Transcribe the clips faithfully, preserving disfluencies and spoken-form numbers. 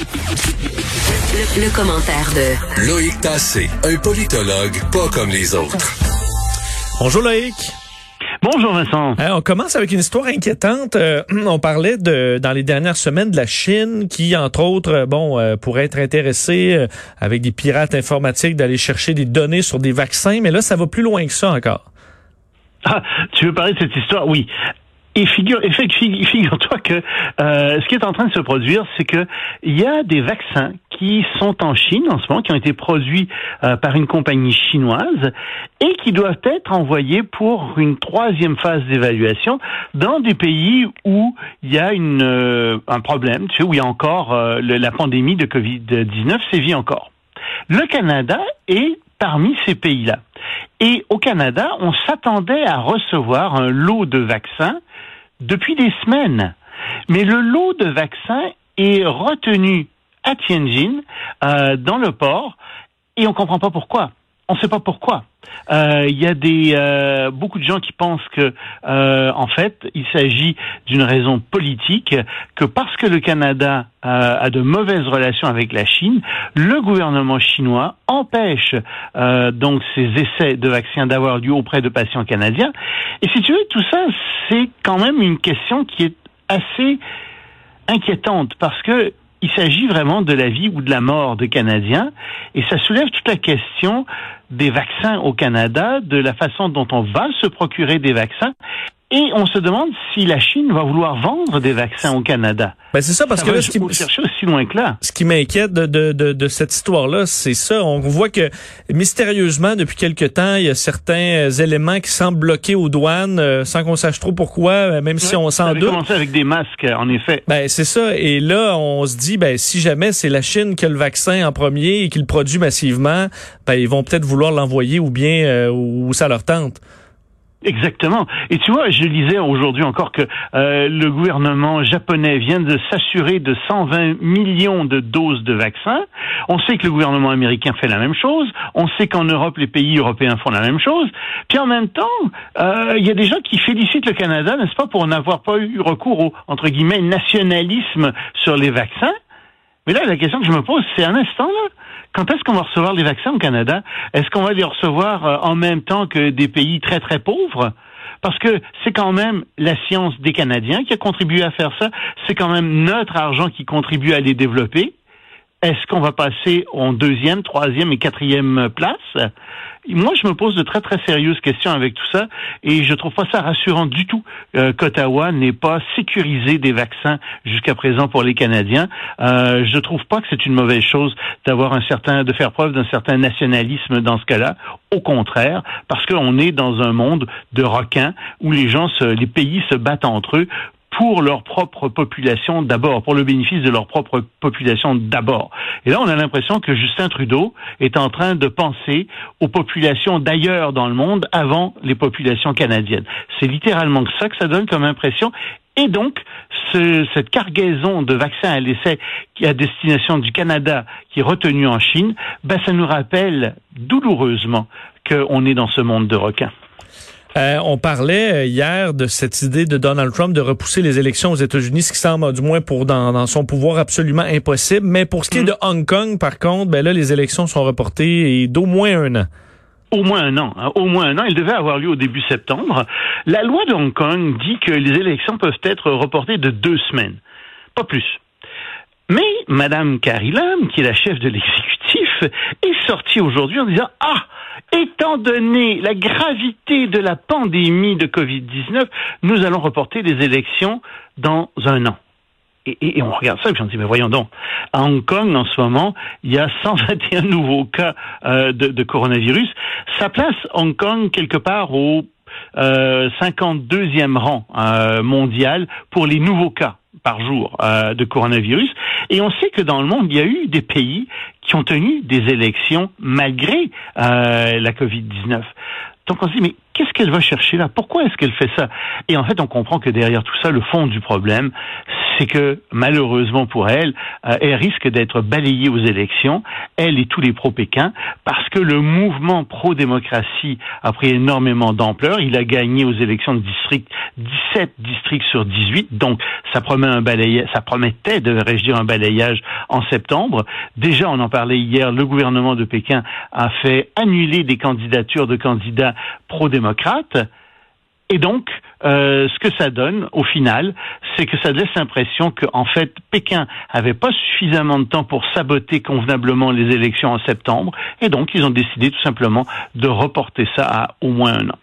Le, le commentaire de Loïc Tassé, un politologue pas comme les autres. Bonjour Loïc. Bonjour Vincent. Hein, on commence avec une histoire inquiétante. Euh, on parlait de dans les dernières semaines de la Chine qui, entre autres, bon, euh, pourrait être intéressée euh, avec des pirates informatiques d'aller chercher des données sur des vaccins, mais là, ça va plus loin que ça encore. Ah, tu veux parler de cette histoire? Oui. Et figure, effectivement, figure-toi que euh, ce qui est en train de se produire, c'est que il y a des vaccins qui sont en Chine en ce moment, qui ont été produits euh, par une compagnie chinoise et qui doivent être envoyés pour une troisième phase d'évaluation dans des pays où il y a une euh, un problème, tu sais, où il y a encore euh, le, la pandémie de covid dix-neuf sévit encore. Le Canada est parmi ces pays-là. Et au Canada, on s'attendait à recevoir un lot de vaccins depuis des semaines. Mais le lot de vaccins est retenu à Tianjin, euh, dans le port, et on comprend pas pourquoi. On sait pas pourquoi. Euh, il y a des euh, beaucoup de gens qui pensent que, euh, en fait, il s'agit d'une raison politique, que parce que le Canada euh, a de mauvaises relations avec la Chine, le gouvernement chinois empêche euh, donc ces essais de vaccins d'avoir lieu auprès de patients canadiens. Et si tu veux, tout ça, c'est quand même une question qui est assez inquiétante parce que il s'agit vraiment de la vie ou de la mort de Canadiens, et ça soulève toute la question des vaccins au Canada, de la façon dont on va se procurer des vaccins, et on se demande si la Chine va vouloir vendre des vaccins au Canada. Ben c'est ça, parce ça que va là, ce qui, chercher aussi loin que là. Ce qui m'inquiète de, de, de, de cette histoire-là, c'est ça. On voit que mystérieusement, depuis quelque temps, il y a certains éléments qui semblent bloqués aux douanes, euh, sans qu'on sache trop pourquoi, même ouais, si on s'en doute. Ça avait commencé avec des masques, en effet. Ben c'est ça. Et là, on se dit, ben si jamais c'est la Chine qui a le vaccin en premier et qui le produit massivement, ben ils vont peut-être vouloir l'envoyer ou bien euh, où ça leur tente. Exactement. Et tu vois, je lisais aujourd'hui encore que euh, le gouvernement japonais vient de s'assurer de cent vingt millions de doses de vaccins. On sait que le gouvernement américain fait la même chose. On sait qu'en Europe, les pays européens font la même chose. Puis en même temps, euh, il y a des gens qui félicitent le Canada, n'est-ce pas, pour n'avoir pas eu recours au, entre guillemets, nationalisme sur les vaccins. Mais là, la question que je me pose, c'est un instant, là. Quand est-ce qu'on va recevoir les vaccins au Canada? Est-ce qu'on va les recevoir euh, en même temps que des pays très, très pauvres? Parce que c'est quand même la science des Canadiens qui a contribué à faire ça. C'est quand même notre argent qui contribue à les développer. Est-ce qu'on va passer en deuxième, troisième et quatrième place? Moi, je me pose de très, très sérieuses questions avec tout ça et je trouve pas ça rassurant du tout euh, qu'Ottawa n'ait pas sécurisé des vaccins jusqu'à présent pour les Canadiens. Euh, je trouve pas que c'est une mauvaise chose d'avoir un certain, de faire preuve d'un certain nationalisme dans ce cas-là. Au contraire, parce qu'on est dans un monde de requins où les gens, se, les pays se battent entre eux pour leur propre population d'abord, pour le bénéfice de leur propre population d'abord. Et là, on a l'impression que Justin Trudeau est en train de penser aux populations d'ailleurs dans le monde avant les populations canadiennes. C'est littéralement ça que ça donne comme impression. Et donc, ce, cette cargaison de vaccins à l'essai qui est à destination du Canada, qui est retenue en Chine, ben, ça nous rappelle douloureusement qu'on est dans ce monde de requins. Euh, on parlait hier de cette idée de Donald Trump de repousser les élections aux États-Unis, ce qui semble, du moins pour dans, dans son pouvoir, absolument impossible. Mais pour ce qui mmh. est de Hong Kong, par contre, ben là, les élections sont reportées et d'au moins un an. Au moins un an. Hein. Au moins un an. Il devait avoir lieu au début septembre. La loi de Hong Kong dit que les élections peuvent être reportées de deux semaines. Pas plus. Mais Madame Carrie Lam, qui est la chef de l'exécutif, est sortie aujourd'hui en disant « Ah, étant donné la gravité de la pandémie de covid dix-neuf, nous allons reporter les élections dans un an. » Et, et, et on regarde ça et puis on dit, mais voyons donc, à Hong Kong, en ce moment, il y a cent vingt et un nouveaux cas euh, de, de coronavirus. Ça place Hong Kong quelque part au euh, cinquante-deuxième rang euh, mondial pour les nouveaux cas par jour euh, de coronavirus. Et on sait que dans le monde, il y a eu des pays qui ont tenu des élections malgré euh, la covid dix-neuf. Donc on se dit, mais qu'est-ce qu'elle va chercher là? Pourquoi est-ce qu'elle fait ça? Et en fait, on comprend que derrière tout ça, le fond du problème, c'est que malheureusement pour elle, euh, elle risque d'être balayée aux élections, elle et tous les pro-Pékin, parce que le mouvement pro-démocratie a pris énormément d'ampleur. Il a gagné aux élections de district dix-sept districts sur dix-huit, donc ça promet un balayage, ça promettait, devrais-je dire, un balayage en septembre. Déjà, on en parlait hier, le gouvernement de Pékin a fait annuler des candidatures de candidats pro-démocrates. Et donc, euh, ce que ça donne, au final, c'est que ça laisse l'impression que, en fait, Pékin avait pas suffisamment de temps pour saboter convenablement les élections en septembre, et donc ils ont décidé tout simplement de reporter ça à au moins un an.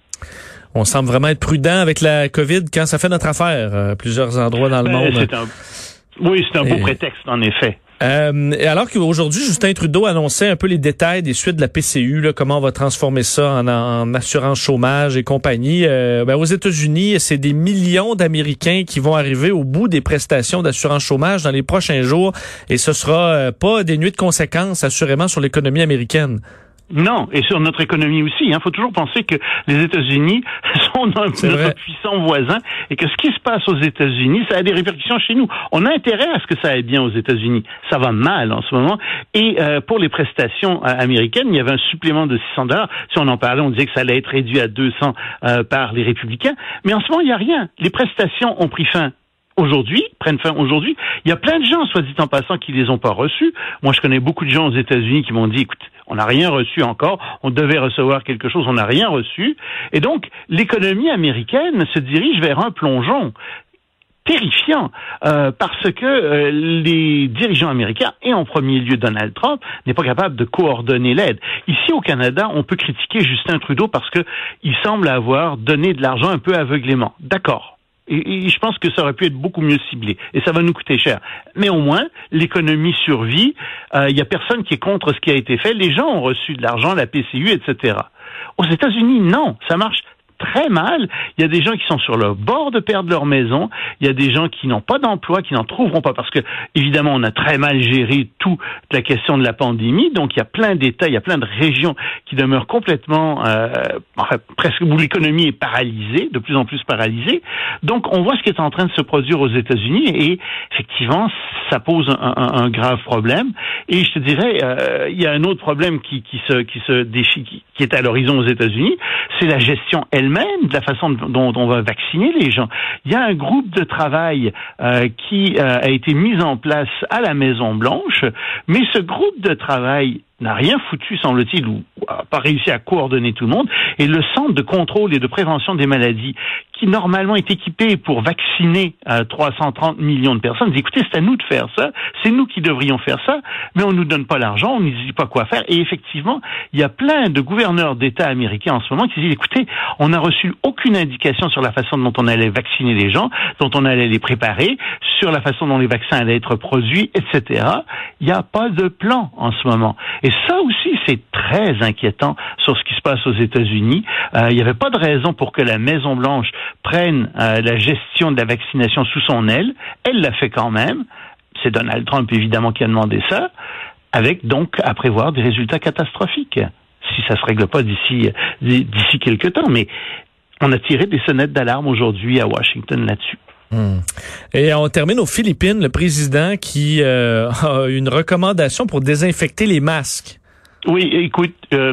On semble vraiment être prudent avec la COVID quand ça fait notre affaire, euh, plusieurs endroits dans le ben, monde. C'est un... Oui, c'est un beau et... prétexte, en effet. Euh, alors qu'aujourd'hui, Justin Trudeau annonçait un peu les détails des suites de la P C U, là, comment on va transformer ça en, en assurance chômage et compagnie. Euh, ben, aux États-Unis, c'est des millions d'Américains qui vont arriver au bout des prestations d'assurance chômage dans les prochains jours, et ce sera euh, pas des nuits de conséquences, assurément, sur l'économie américaine. Non, et sur notre économie aussi. Il hein. faut toujours penser que les États-Unis sont notre vrai. puissant voisin et que ce qui se passe aux États-Unis, ça a des répercussions chez nous. On a intérêt à ce que ça aille bien aux États-Unis. Ça va mal en ce moment. Et euh, pour les prestations euh, américaines, il y avait un supplément de six cents dollars. Si on en parlait, on disait que ça allait être réduit à deux cents euh, par les républicains. Mais en ce moment, il n'y a rien. Les prestations ont pris fin. Aujourd'hui, prennent fin aujourd'hui. Il y a plein de gens, soit dit en passant, qui les ont pas reçus. Moi, je connais beaucoup de gens aux États-Unis qui m'ont dit, écoute, on n'a rien reçu encore, on devait recevoir quelque chose, on n'a rien reçu. Et donc, l'économie américaine se dirige vers un plongeon terrifiant, euh, parce que euh, les dirigeants américains, et en premier lieu Donald Trump, n'est pas capable de coordonner l'aide. Ici au Canada, on peut critiquer Justin Trudeau parce que il semble avoir donné de l'argent un peu aveuglément. D'accord. Et, et je pense que ça aurait pu être beaucoup mieux ciblé. Et ça va nous coûter cher. Mais au moins, l'économie survit. Il euh, y a personne qui est contre ce qui a été fait. Les gens ont reçu de l'argent, la P C U, et cetera. Aux États-Unis, non. Ça marche très mal. Il y a des gens qui sont sur le bord de perdre leur maison. Il y a des gens qui n'ont pas d'emploi, qui n'en trouveront pas parce que, évidemment, on a très mal géré toute la question de la pandémie. Donc, il y a plein d'États, il y a plein de régions qui demeurent complètement, euh, enfin, presque où l'économie est paralysée, de plus en plus paralysée. Donc, on voit ce qui est en train de se produire aux États-Unis et, effectivement, ça pose un, un, un grave problème. Et je te dirais, euh, il y a un autre problème qui, qui se, qui se déchire, qui, qui est à l'horizon aux États-Unis, c'est la gestion elle même de la façon dont on va vacciner les gens. Il y a un groupe de travail euh, qui euh, a été mis en place à la Maison-Blanche, mais ce groupe de travail n'a rien foutu, semble-t-il, ou n'a pas réussi à coordonner tout le monde. Et le Centre de contrôle et de prévention des maladies, qui normalement est équipé pour vacciner euh, trois cent trente millions de personnes, dit, écoutez, c'est à nous de faire ça, c'est nous qui devrions faire ça, mais on nous donne pas l'argent, on nous dit pas quoi faire. Et effectivement, il y a plein de gouverneurs d'État américains en ce moment qui disent, écoutez, on n'a reçu aucune indication sur la façon dont on allait vacciner les gens, dont on allait les préparer, sur la façon dont les vaccins allaient être produits, et cetera. Il n'y a pas de plan en ce moment. Et ça aussi, c'est très inquiétant sur ce qui se passe aux États-Unis. Euh, il n'y avait pas de raison pour que la Maison-Blanche prenne euh, la gestion de la vaccination sous son aile. Elle l'a fait quand même. C'est Donald Trump, évidemment, qui a demandé ça, avec donc à prévoir des résultats catastrophiques, si ça se règle pas d'ici d'ici quelque temps. Mais on a tiré des sonnettes d'alarme aujourd'hui à Washington là-dessus. Hum. Et on termine aux Philippines, le président qui euh, a une recommandation pour désinfecter les masques. Oui, écoute, euh,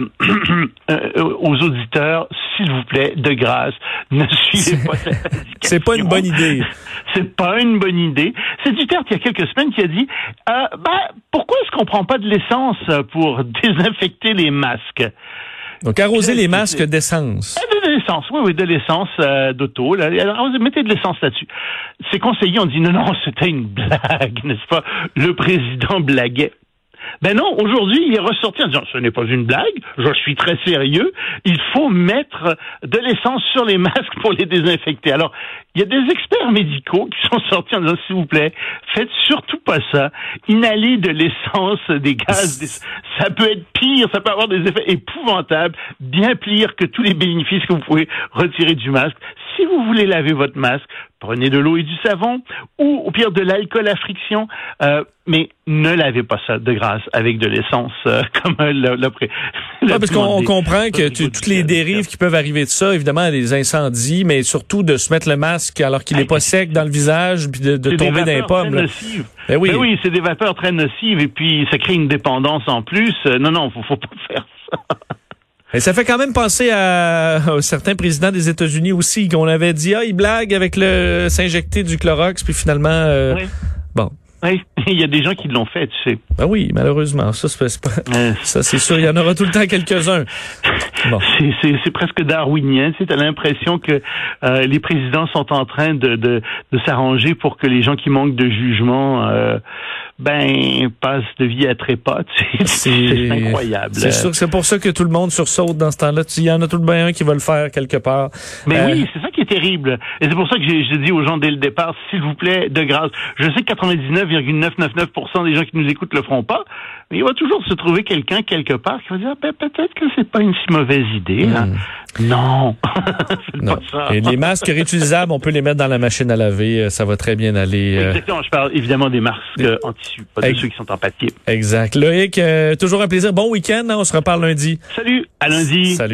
euh, aux auditeurs, s'il vous plaît, de grâce, ne suivez pas cette indication. C'est pas une bonne idée. C'est pas une bonne idée. C'est Duterte, il y a quelques semaines, qui a dit, euh, bah, pourquoi est-ce qu'on prend pas de l'essence pour désinfecter les masques? Donc, arroser les masques d'essence. De l'essence, oui, oui, de l'essence euh, d'auto. Là. Alors, mettez de l'essence là-dessus. Ces conseillers ont dit, non, non, c'était une blague, n'est-ce pas? Le président blaguait. Ben non, aujourd'hui, il est ressorti en disant, ce n'est pas une blague, je suis très sérieux, il faut mettre de l'essence sur les masques pour les désinfecter. Alors, il y a des experts médicaux qui sont sortis en disant, s'il vous plaît, faites surtout pas ça. Inhaler de l'essence, des gaz, des... ça peut être pire, ça peut avoir des effets épouvantables, bien pire que tous les bénéfices que vous pouvez retirer du masque. si vous voulez laver votre masque, prenez de l'eau et du savon, ou au pire de l'alcool à friction, euh, mais ne lavez pas ça de grâce avec de l'essence, euh, comme le, le, le ouais, parce qu'on on comprend que tu, toutes les dérives qui peuvent arriver de ça, évidemment, des incendies, mais surtout de se mettre le masque alors qu'il n'est pas sec dans le visage, puis de, de tomber dans les pommes. Ben oui, ben oui, c'est des vapeurs très nocives, et puis ça crée une dépendance en plus. Euh, non, non, faut, faut pas faire ça. Et ça fait quand même penser à, à certains présidents des États-Unis aussi, qu'on avait dit, ah, ils blaguent avec le s'injecter du Clorox, puis finalement, euh, oui. bon. Oui, il y a des gens qui l'ont fait, tu sais. Ben oui, malheureusement, ça c'est pas, euh, ça c'est sûr, il y en aura tout le temps quelques-uns. Bon. C'est, c'est, c'est presque darwinien, tu sais, t'as l'impression que euh, les présidents sont en train de, de, de s'arranger pour que les gens qui manquent de jugement, euh, ben, passent de vie à trépas, tu sais. C'est, c'est incroyable. C'est sûr que c'est pour ça que tout le monde sursaute dans ce temps-là. Il y en a tout le bien un qui va le faire quelque part. Mais euh, oui, c'est ça qui est terrible. Et c'est pour ça que j'ai, j'ai dit aux gens dès le départ, s'il vous plaît, de grâce. Je sais que quatre-vingt-dix-neuf virgule neuf cent quatre-vingt-dix-neuf pour cent des gens qui nous écoutent le feront pas, mais il va toujours se trouver quelqu'un quelque part qui va dire, ben, peut-être que c'est pas une si mauvaise idée. Hein. Mm. Non. non. Pas ça. Et les masques réutilisables, on peut les mettre dans la machine à laver, ça va très bien aller. Euh... Exactement, je parle évidemment des masques euh, en tissu, pas de Ex- ceux qui sont en papier. Exact. Loïc, euh, toujours un plaisir. Bon week-end, hein? On se reparle lundi. Salut, à lundi. Salut.